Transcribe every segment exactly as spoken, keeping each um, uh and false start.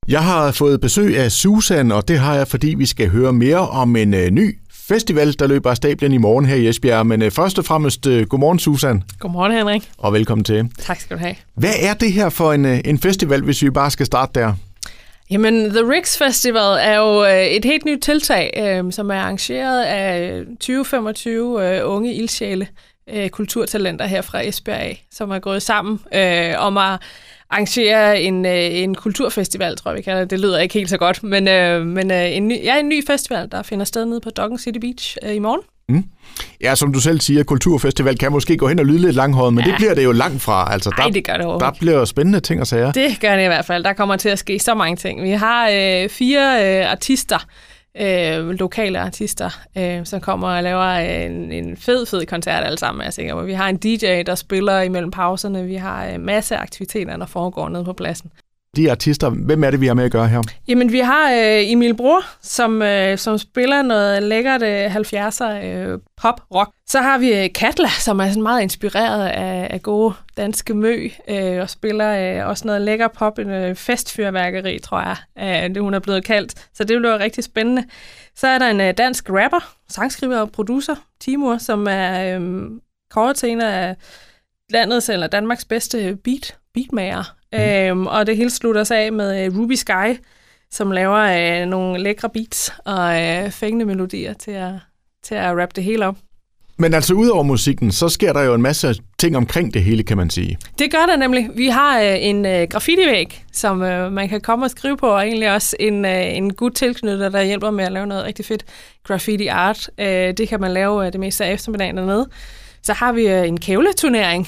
Jeg har fået besøg af Susan, og det har jeg, fordi vi skal høre mere om en uh, ny festival, der løber af stablen i morgen her i Esbjerg. Men uh, først og fremmest, uh, godmorgen Susan. Godmorgen Henrik. Og velkommen til. Tak skal du have. Hvad er det her for en, uh, en festival, hvis vi bare skal starte der? Jamen, The Rigs Festival er jo uh, et helt nyt tiltag, uh, som er arrangeret af tyve til femogtyve uh, unge ildsjæle, uh, kulturtalenter her fra Esbjerg af, som er gået sammen uh, om at arrangere en, øh, en kulturfestival, tror jeg, vi kalder det. Det lyder ikke helt så godt, men, øh, men øh, en, ny, ja, en ny festival, der finder sted nede på Dokken City Beach øh, i morgen. Mm. Ja, som du selv siger, kulturfestival kan måske gå hen og lyde lidt langhåret, men ja. Det bliver det jo langt fra. Altså, der, Ej, det gør det der bliver jo spændende ting at sige. Det gør det i hvert fald. Der kommer til at ske så mange ting. Vi har øh, fire øh, artister, Øh, lokale artister, øh, som kommer og laver en, en fed, fed koncert alle sammen, er jeg sikker på. Vi har en D J, der spiller imellem pauserne. Vi har en masse aktiviteter, der foregår nede på pladsen. De artister, hvem er det, vi har med at gøre her? Jamen, vi har øh, Emil Bror, som, øh, som spiller noget lækkert øh, halvfjerdser øh, pop-rock. Så har vi øh, Katla, som er sådan meget inspireret af, af gode danske mø, øh, og spiller øh, også noget lækker pop, en øh, festfyrværkeri, tror jeg, øh, det hun er blevet kaldt. Så det bliver rigtig spændende. Så er der en øh, dansk rapper, sangskriver og producer, Timur, som er øh, kåret til en af landets eller Danmarks bedste beat, beatmager. Mm. Øhm, og det hele slutter sig af med uh, Ruby Sky, som laver uh, nogle lækre beats og uh, fængende melodier til at, til at rappe det hele op. Men altså udover musikken, så sker der jo en masse ting omkring det hele, kan man sige. Det gør der nemlig. Vi har uh, en uh, graffiti-væg, som uh, man kan komme og skrive på, og egentlig også en, uh, en gut tilknytter, der hjælper med at lave noget rigtig fedt graffiti-art. Uh, det kan man lave uh, det meste af eftermiddagen dernede. Så har vi uh, en kævleturnering,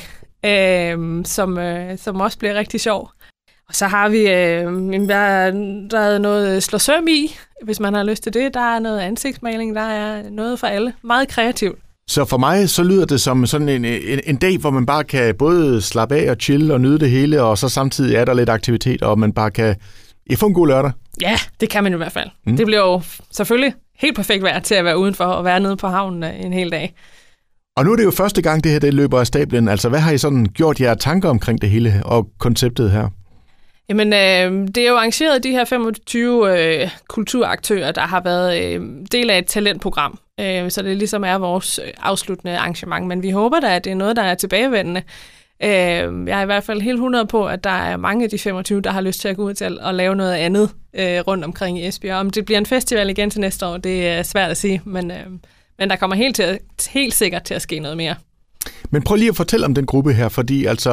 Øh, som, øh, som også bliver rigtig sjov. Og så har vi, øh, der, der er noget slå søm i, hvis man har lyst til det. Der er noget ansigtsmaling, der er noget for alle. Meget kreativt. Så for mig, så lyder det som sådan en, en, en dag, hvor man bare kan både slappe af og chille og nyde det hele, og så samtidig er der lidt aktivitet, og man bare kan ja, få en god lørdag. Ja, det kan man i hvert fald. Mm. Det bliver jo selvfølgelig helt perfekt vejr til at være udenfor og være nede på havnen en hel dag. Og nu er det jo første gang, det her det løber af stablen. Altså, hvad har I sådan gjort jer tanker omkring det hele og konceptet her? Jamen, øh, det er jo arrangeret de her femogtyve øh, kulturaktører, der har været øh, del af et talentprogram. Øh, så det ligesom er vores afsluttende arrangement. Men vi håber da, at det er noget, der er tilbagevendende. Øh, jeg er i hvert fald helt hundrede på, at der er mange af de femogtyve, der har lyst til at gå ud til at lave noget andet øh, rundt omkring i Esbjerg. Om det bliver en festival igen til næste år, det er svært at sige, men... Øh, Men der kommer helt, til, helt sikkert til at ske noget mere. Men prøv lige at fortælle om den gruppe her, fordi altså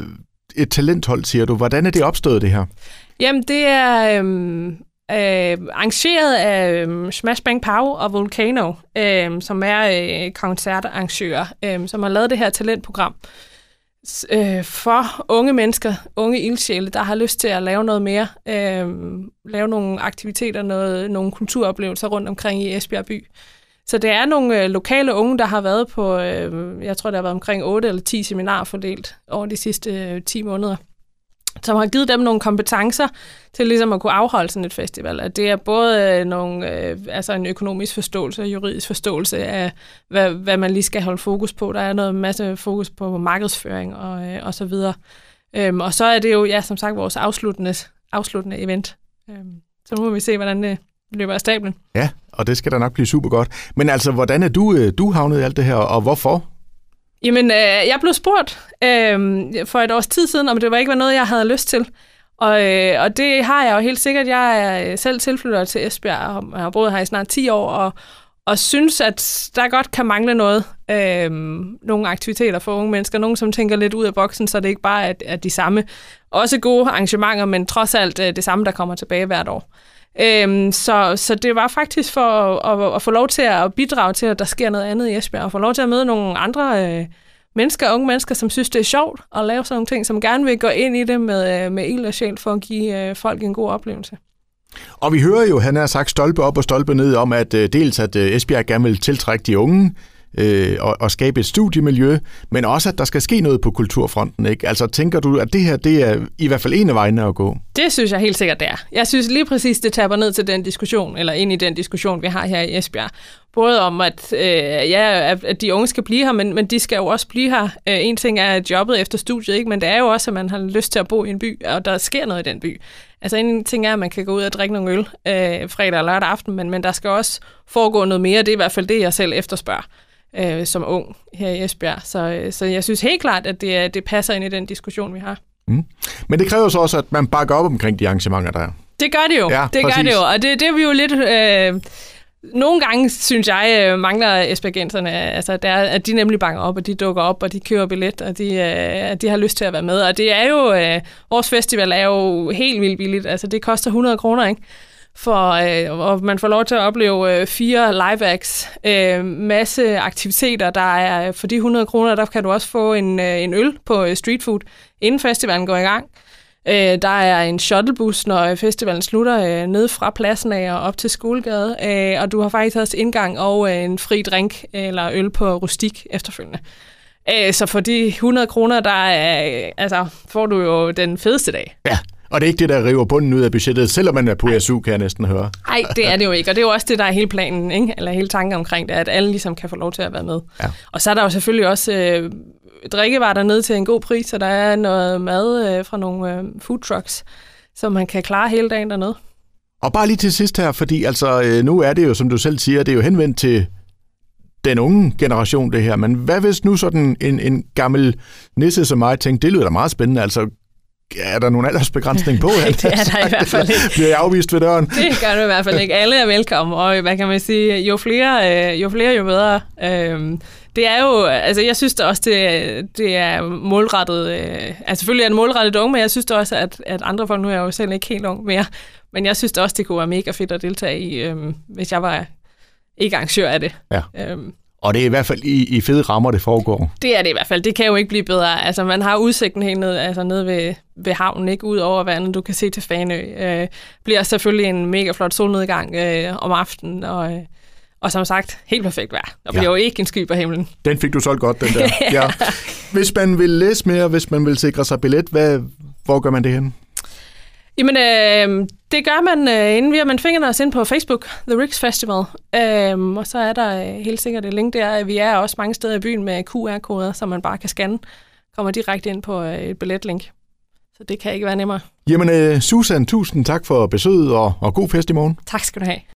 et talenthold, siger du. Hvordan er det opstået, det her? Jamen, det er øhm, øh, arrangeret af øh, Smash Bang Pow og Volcano, øh, som er øh, koncertarrangører, øh, som har lavet det her talentprogram øh, for unge mennesker, unge ildsjæle, der har lyst til at lave noget mere. Øh, lave nogle aktiviteter, noget, nogle kulturoplevelser rundt omkring i Esbjerg by. Så det er nogle øh, lokale unge, der har været på, øh, jeg tror, der har været omkring otte eller ti seminarer fordelt over de sidste øh, ti måneder, som har givet dem nogle kompetencer til ligesom at kunne afholde sådan et festival. At det er både øh, nogle, øh, altså en økonomisk forståelse og juridisk forståelse af, hvad, hvad man lige skal holde fokus på. Der er noget masse fokus på markedsføring og, øh, og så videre. Øhm, og så er det jo, ja, som sagt, vores afsluttende, afsluttende event. Øhm, så nu må vi se, hvordan det løber af stablen. Ja, og det skal da nok blive super godt. Men altså, hvordan er du, du havnet i alt det her, og hvorfor? Jamen, øh, jeg blev spurgt øh, for et års tid siden, om det var ikke var noget, jeg havde lyst til. Og, øh, og det har jeg jo helt sikkert. Jeg er selv tilflytter til Esbjerg, og har boet her i snart ti år, og, og synes, at der godt kan mangle noget. Øh, nogle aktiviteter for unge mennesker. Nogle, som tænker lidt ud af boksen, så det ikke bare er, er de samme. Også gode arrangementer, men trods alt øh, det samme, der kommer tilbage hvert år. Øhm, så, så det var faktisk for at, at, at få lov til at bidrage til, at der sker noget andet i Esbjerg, og få lov til at møde nogle andre øh, mennesker, unge mennesker, som synes, det er sjovt at lave sådan nogle ting, som gerne vil gå ind i det med, med ild og sjæl for at give øh, folk en god oplevelse. Og vi hører jo, han har sagt stolpe op og stolpe ned om, at øh, dels at øh, Esbjerg gerne vil tiltrække de unge, øh, og, og skabe et studiemiljø, men også, at der skal ske noget på kulturfronten, ikke? Altså, tænker du, at det her, det er i hvert fald en af vejene at gå? Det synes jeg helt sikkert, det er. Jeg synes lige præcis, det tapper ned til den diskussion, eller ind i den diskussion, vi har her i Esbjerg. Både om, at, øh, ja, at de unge skal blive her, men, men de skal jo også blive her. Øh, en ting er jobbet efter studiet, ikke? Men det er jo også, at man har lyst til at bo i en by, og der sker noget i den by. Altså en ting er, at man kan gå ud og drikke nogle øl øh, fredag og lørdag aften, men, men der skal også foregå noget mere. Det er i hvert fald det, jeg selv efterspørger øh, som ung her i Esbjerg. Så, så jeg synes helt klart, at det, det passer ind i den diskussion, vi har. Mm. Men det kræver så også, at man bakker op omkring de arrangementer, der er. Det gør det jo. Ja, det præcis. gør det jo, og det, det er vi jo lidt... Øh, Nogle gange, synes jeg, mangler esbjergenserne, altså, der, at de nemlig banker op, og de dukker op, og de køber billet, og de, øh, de har lyst til at være med. Og det er jo, øh, vores festival er jo helt vildt billigt. Altså, det koster hundrede kroner, ikke? For, øh, og man får lov til at opleve øh, fire live acts, øh, masse aktiviteter. Der er, for de hundrede kroner, der kan du også få en, øh, en øl på street food, inden festivalen går i gang. Øh, der er en shuttlebus, når festivalen slutter, øh, ned fra pladsen af og op til Skolegade, øh, og du har faktisk også indgang og øh, en fri drink eller øl på Rustik efterfølgende. Øh, så for de hundrede kroner, der er, øh, altså, får du jo den fedeste dag. Ja, og det er ikke det, der river bunden ud af budgettet, selvom man er på S U, kan jeg næsten høre. Nej, det er det jo ikke, og det er jo også det, der er hele planen, ikke? Eller hele tanken omkring det, at alle ligesom kan få lov til at være med. Ja. Og så er der jo selvfølgelig også... Øh, drikkevarer dernede til en god pris, så der er noget mad øh, fra nogle øh, food trucks, som man kan klare hele dagen dernede. Og bare lige til sidst her, fordi altså, øh, nu er det jo, som du selv siger, det er jo henvendt til den unge generation, det her. Men hvad hvis nu sådan en, en gammel nisse som mig tænkte, det lyder da meget spændende, altså er der nogen aldersbegrænsning på? Nej, det er der i hvert fald ikke. Bliver jeg afvist ved døren? Det gør du i hvert fald ikke. Alle er velkommen, og hvad kan man sige, jo flere, øh, jo flere, jo bedre. Øhm, det er jo, altså jeg synes da også, det, det er målrettet, øh, altså selvfølgelig er det målrettet unge, men jeg synes da også, at, at andre folk, nu er jeg jo selv ikke helt ung mere, men jeg synes da også, det kunne være mega fedt at deltage i, øh, hvis jeg var ikke arrangør af det. Ja. Øhm, Og det er i hvert fald i, i fede rammer, det foregår. Det er det i hvert fald. Det kan jo ikke blive bedre. Altså, man har udsigten helt ned, altså ned ved, ved havnen, ikke ud over vandet. Du kan se til Fanø. Øh, bliver selvfølgelig en mega flot solnedgang øh, om aftenen, og, øh, og som sagt, helt perfekt vejr. Der bliver ja. jo ikke en sky på himlen. Den fik du solgt godt, den der. Ja. Hvis man vil læse mere, hvis man vil sikre sig billet, hvad, hvor gør man det hen? Jamen, øh, det gør man, øh, inden vi har man fingrene os ind på Facebook, The Riks Festival. Øh, og så er der øh, helt sikkert et link der. Vi er også mange steder i byen med Q R-koder, som man bare kan scanne. Kommer direkte ind på øh, et billetlink. Så det kan ikke være nemmere. Jamen, øh, Susan, tusind tak for besøget, og, og god fest i morgen. Tak skal du have.